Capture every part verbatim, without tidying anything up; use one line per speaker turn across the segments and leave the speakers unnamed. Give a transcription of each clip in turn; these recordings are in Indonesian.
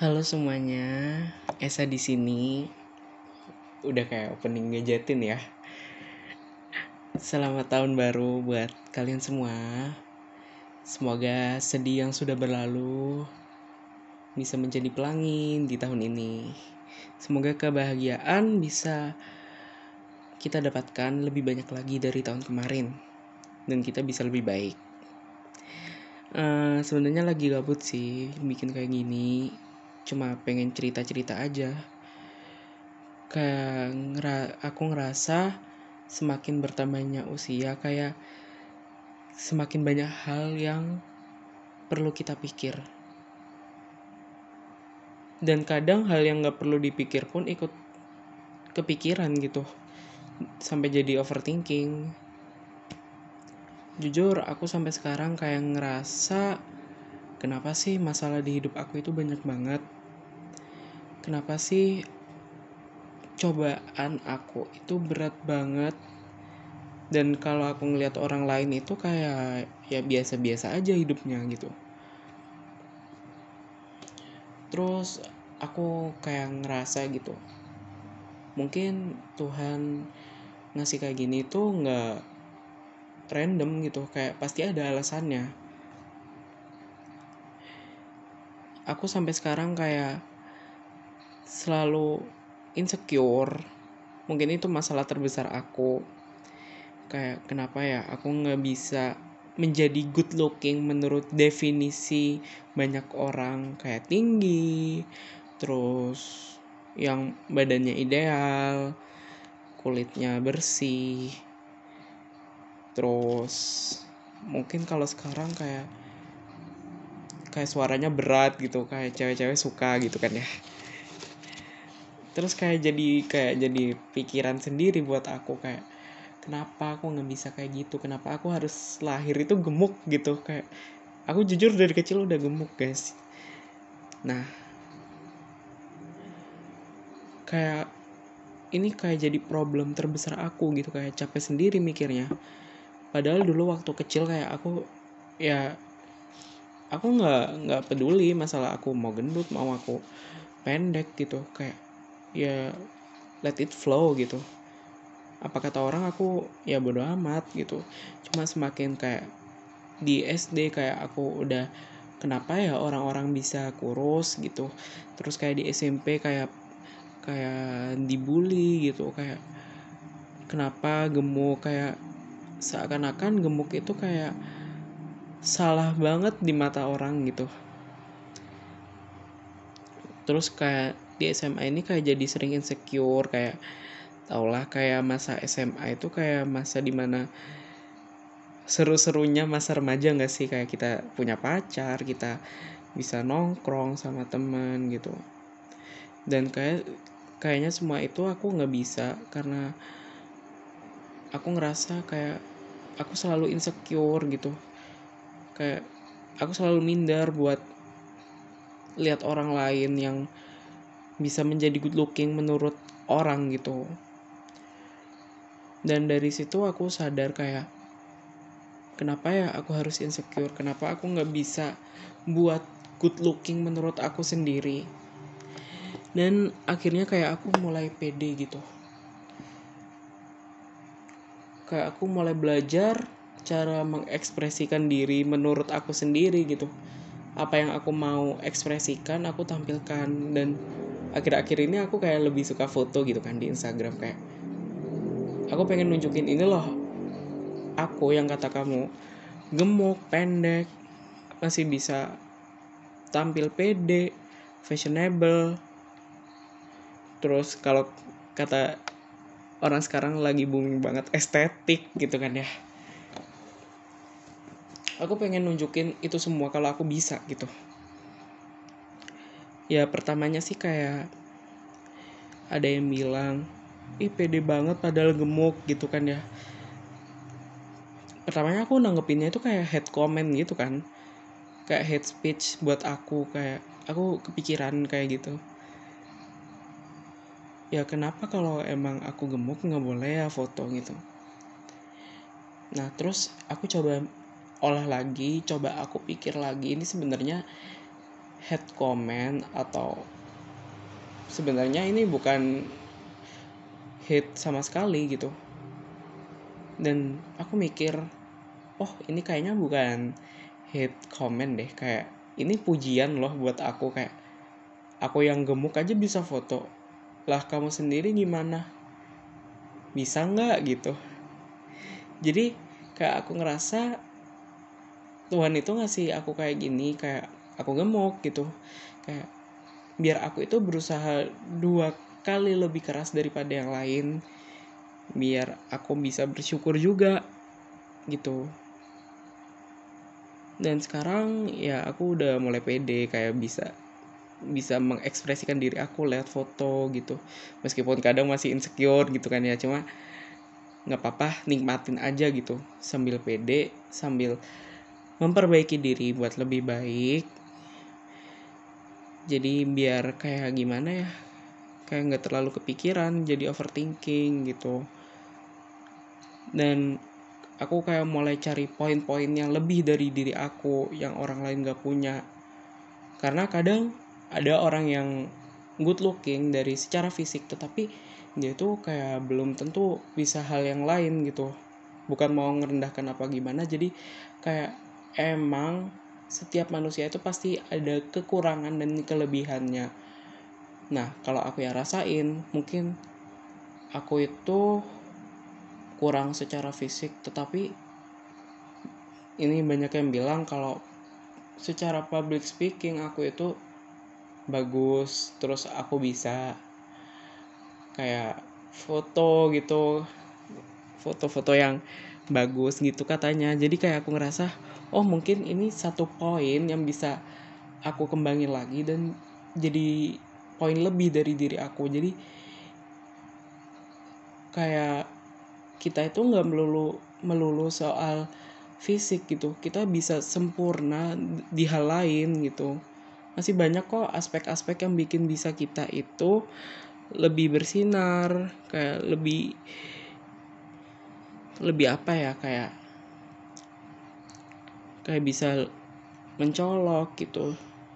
Halo semuanya, Esa di sini. Udah kayak opening ngejatin ya. Selamat tahun baru buat kalian semua. Semoga sedih yang sudah berlalu bisa menjadi pelangin di tahun ini. Semoga kebahagiaan bisa kita dapatkan lebih banyak lagi dari tahun kemarin dan kita bisa lebih baik. Uh, sebenarnya lagi gabut sih bikin kayak gini. Cuma pengen cerita-cerita aja. Kayak ngera- aku ngerasa semakin bertambahnya usia kayak semakin banyak hal yang perlu kita pikir, dan kadang hal yang gak perlu dipikir pun ikut kepikiran gitu, sampai jadi overthinking. Jujur aku sampai sekarang kayak ngerasa, kenapa sih masalah di hidup aku itu banyak banget, kenapa sih cobaan aku itu berat banget. Dan kalau aku ngelihat orang lain itu kayak ya biasa-biasa aja hidupnya gitu. Terus aku kayak ngerasa gitu, mungkin Tuhan ngasih kayak gini tuh nggak random gitu, kayak pasti ada alasannya. Aku sampai sekarang kayak selalu insecure. Mungkin itu masalah terbesar aku. Kayak kenapa ya aku nggak bisa menjadi good looking menurut definisi banyak orang, kayak tinggi, terus yang badannya ideal, kulitnya bersih. Terus mungkin kalau sekarang kayak kayak suaranya berat gitu, kayak cewek-cewek suka gitu kan ya. Terus kayak jadi kayak jadi pikiran sendiri buat aku, kayak kenapa aku nggak bisa kayak gitu, kenapa aku harus lahir itu gemuk gitu. Kayak aku jujur dari kecil udah gemuk guys. Nah kayak ini kayak jadi problem terbesar aku gitu, kayak capek sendiri mikirnya. Padahal dulu waktu kecil kayak aku ya aku nggak nggak peduli masalah aku mau gendut mau aku pendek gitu, kayak ya let it flow gitu. Apa kata orang aku ya bodo amat gitu. Cuma semakin kayak di S D kayak aku udah, kenapa ya orang-orang bisa kurus gitu. Terus kayak di S M P kayak kayak dibully gitu, kayak kenapa gemuk, kayak seakan-akan gemuk itu kayak salah banget di mata orang gitu. Terus kayak di S M A ini kayak jadi sering insecure, kayak taulah kayak masa S M A itu kayak masa dimana seru-serunya masa remaja gak sih, kayak kita punya pacar, kita bisa nongkrong sama teman gitu. Dan kayak kayaknya semua itu aku gak bisa karena aku ngerasa kayak aku selalu insecure gitu. Kayak aku selalu minder buat lihat orang lain yang bisa menjadi good looking menurut orang gitu. Dan dari situ aku sadar kayak kenapa ya aku harus insecure, kenapa aku gak bisa buat good looking menurut aku sendiri. Dan akhirnya kayak aku mulai pede gitu, kayak aku mulai belajar cara mengekspresikan diri menurut aku sendiri gitu. Apa yang aku mau ekspresikan aku tampilkan. Dan akhir-akhir ini aku kayak lebih suka foto gitu kan di Instagram, kayak aku pengen nunjukin ini loh aku yang kata kamu gemuk, pendek, masih bisa tampil pede, fashionable. Terus kalau kata orang sekarang lagi booming banget estetik gitu kan ya. Aku pengen nunjukin itu semua kalau aku bisa gitu. Ya pertamanya sih kayak ada yang bilang, ih pede banget padahal gemuk gitu kan ya. Pertamanya aku nanggepinnya itu kayak hate comment gitu kan, kayak hate speech buat aku, kayak aku kepikiran kayak gitu. Ya kenapa kalau emang aku gemuk nggak boleh ya foto gitu. Nah terus aku coba olah lagi, coba aku pikir lagi, ini sebenarnya hate comment, atau sebenarnya ini bukan hate sama sekali gitu. Dan aku mikir, oh ini kayaknya bukan hate comment deh, kayak ini pujian loh buat aku. Kayak aku yang gemuk aja bisa foto, lah kamu sendiri gimana, bisa nggak gitu. Jadi kayak aku ngerasa Tuhan itu ngasih aku kayak gini, kayak aku gemuk gitu, kayak biar aku itu berusaha dua kali lebih keras daripada yang lain, biar aku bisa bersyukur juga gitu. Dan sekarang ya aku udah mulai pede, kayak bisa bisa mengekspresikan diri aku lewat foto gitu, meskipun kadang masih insecure gitu kan ya. Cuma nggak apa-apa, nikmatin aja gitu, sambil pede, sambil memperbaiki diri buat lebih baik. Jadi biar kayak gimana ya, kayak nggak terlalu kepikiran, jadi overthinking gitu. Dan aku kayak mulai cari poin-poin yang lebih dari diri aku, yang orang lain gak punya. Karena kadang ada orang yang good looking dari secara fisik, tetapi dia tuh kayak belum tentu bisa hal yang lain gitu. Bukan mau ngerendahkan apa gimana, jadi kayak emang setiap manusia itu pasti ada kekurangan dan kelebihannya. Nah, kalau aku yang rasain, mungkin aku itu kurang secara fisik, tetapi ini banyak yang bilang kalau secara public speaking aku itu bagus, terus aku bisa kayak foto gitu, foto-foto yang bagus gitu katanya. Jadi kayak aku ngerasa, oh mungkin ini satu poin yang bisa aku kembangin lagi dan jadi poin lebih dari diri aku. Jadi kayak kita itu nggak melulu melulu soal fisik gitu, kita bisa sempurna di hal lain gitu. Masih banyak kok aspek-aspek yang bikin bisa kita itu lebih bersinar, kayak lebih lebih apa ya, kayak kayak bisa mencolok gitu.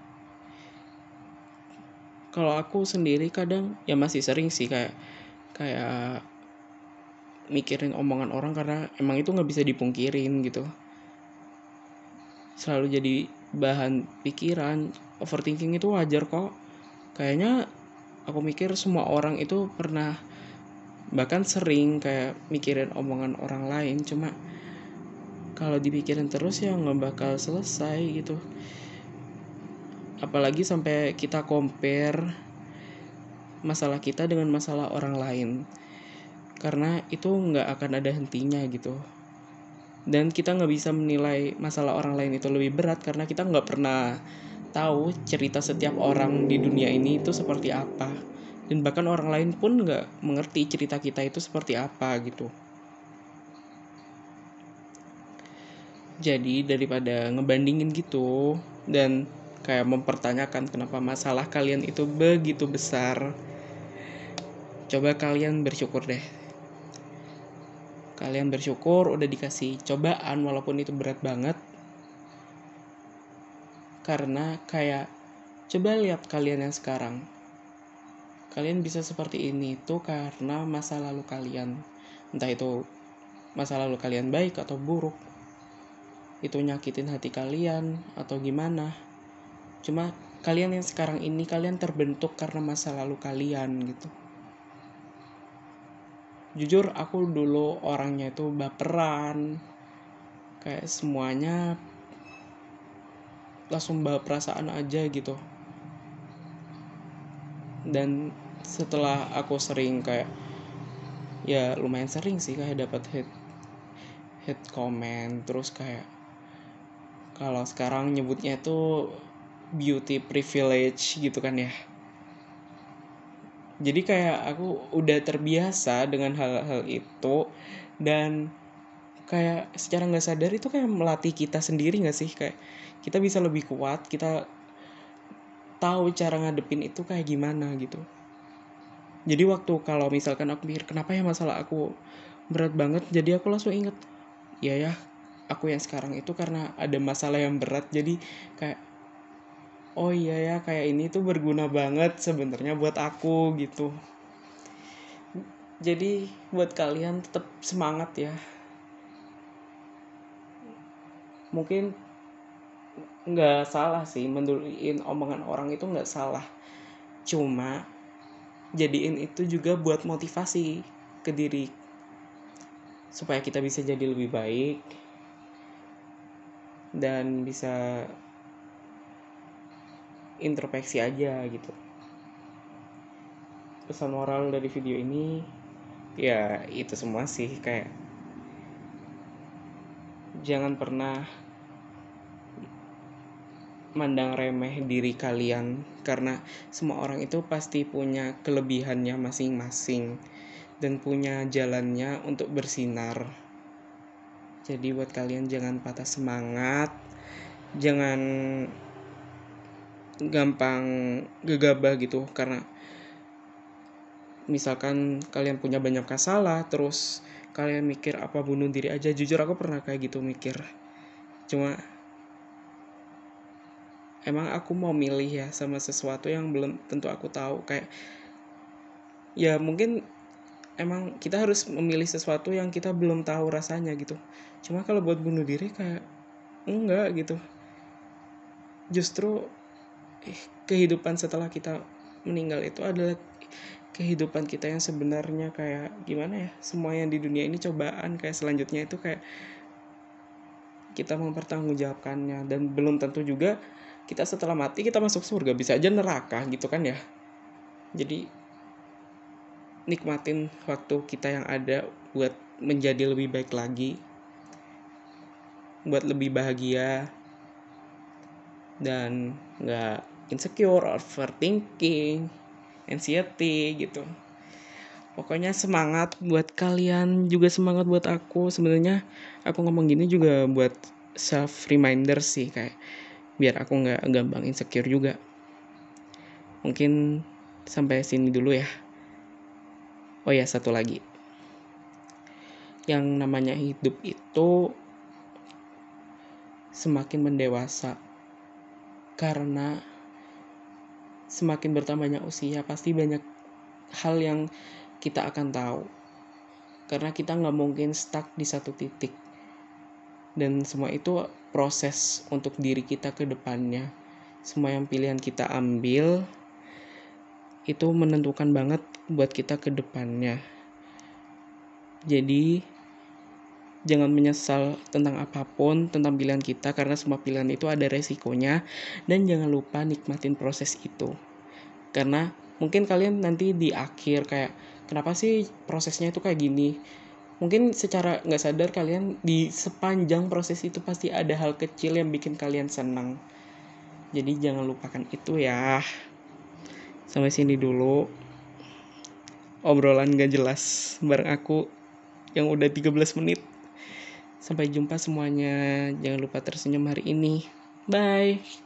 Kalau aku sendiri kadang ya masih sering sih kayak kayak mikirin omongan orang, karena emang itu nggak bisa dipungkirin gitu, selalu jadi bahan pikiran. Overthinking itu wajar kok, kayaknya aku mikir semua orang itu pernah, bahkan sering kayak mikirin omongan orang lain. Cuma kalau dipikirin terus ya nggak bakal selesai gitu, apalagi sampai kita compare masalah kita dengan masalah orang lain, karena itu nggak akan ada hentinya gitu. Dan kita nggak bisa menilai masalah orang lain itu lebih berat karena kita nggak pernah tahu cerita setiap orang di dunia ini itu seperti apa, dan bahkan orang lain pun nggak mengerti cerita kita itu seperti apa gitu. Jadi daripada ngebandingin gitu dan kayak mempertanyakan kenapa masalah kalian itu begitu besar, coba kalian bersyukur deh. Kalian bersyukur udah dikasih cobaan walaupun itu berat banget. Karena kayak coba lihat kalian yang sekarang. Kalian bisa seperti ini tuh karena masa lalu kalian. Entah itu masa lalu kalian baik atau buruk, itu nyakitin hati kalian atau gimana. Cuma kalian yang sekarang ini, kalian terbentuk karena masa lalu kalian gitu. Jujur aku dulu orangnya itu baperan, kayak semuanya langsung bawa perasaan aja gitu. Dan setelah aku sering kayak, ya lumayan sering sih kayak dapat hate hate comment, terus kayak kalau sekarang nyebutnya itu beauty privilege gitu kan ya. Jadi kayak aku udah terbiasa dengan hal-hal itu, dan kayak secara nggak sadar itu kayak melatih kita sendiri nggak sih, kayak kita bisa lebih kuat, kita tahu cara ngadepin itu kayak gimana gitu. Jadi waktu kalau misalkan aku mikir kenapa ya masalah aku berat banget, jadi aku langsung inget, ya ya aku yang sekarang itu karena ada masalah yang berat, jadi kayak oh iya ya, kayak ini tuh berguna banget sebenarnya buat aku gitu. Jadi buat kalian tetap semangat ya. Mungkin nggak salah sih menduliin omongan orang, itu nggak salah. Cuma jadiin itu juga buat motivasi ke diri supaya kita bisa jadi lebih baik dan bisa introspeksi aja gitu. Pesan moral dari video ini ya itu semua sih, kayak jangan pernah mandang remeh diri kalian, karena semua orang itu pasti punya kelebihannya masing-masing dan punya jalannya untuk bersinar. Jadi buat kalian jangan patah semangat, jangan gampang gegabah gitu, karena misalkan kalian punya banyak masalah terus kalian mikir apa bunuh diri aja. Jujur aku pernah kayak gitu mikir, cuma emang aku mau milih ya sama sesuatu yang belum tentu aku tahu. Kayak ya mungkin emang kita harus memilih sesuatu yang kita belum tahu rasanya gitu. Cuma kalau buat bunuh diri kayak enggak gitu. Justru eh, kehidupan setelah kita meninggal itu adalah kehidupan kita yang sebenarnya. Kayak gimana ya, semua yang di dunia ini cobaan, kayak selanjutnya itu kayak kita mempertanggungjawabkannya. Dan belum tentu juga kita setelah mati kita masuk surga, bisa aja neraka gitu kan ya. Jadi nikmatin waktu kita yang ada buat menjadi lebih baik lagi, buat lebih bahagia dan gak insecure, overthinking, anxiety gitu. Pokoknya semangat buat kalian, juga semangat buat aku. Sebenarnya aku ngomong gini juga buat self reminder sih, kayak biar aku nggak gampang insecure juga. Mungkin sampai sini dulu ya. Oh ya, satu lagi, yang namanya hidup itu semakin mendewasa, karena semakin bertambahnya usia pasti banyak hal yang kita akan tahu, karena kita nggak mungkin stuck di satu titik. Dan semua itu proses untuk diri kita ke depannya. Semua yang pilihan kita ambil itu menentukan banget buat kita ke depannya. Jadi jangan menyesal tentang apapun, tentang pilihan kita, karena semua pilihan itu ada resikonya. Dan jangan lupa nikmatin proses itu, karena mungkin kalian nanti di akhir kayak kenapa sih prosesnya itu kayak gini. Mungkin secara gak sadar kalian di sepanjang proses itu pasti ada hal kecil yang bikin kalian senang. Jadi jangan lupakan itu ya. Sampai sini dulu obrolan gak jelas bareng aku yang udah tiga belas menit. Sampai jumpa semuanya. Jangan lupa tersenyum hari ini. Bye.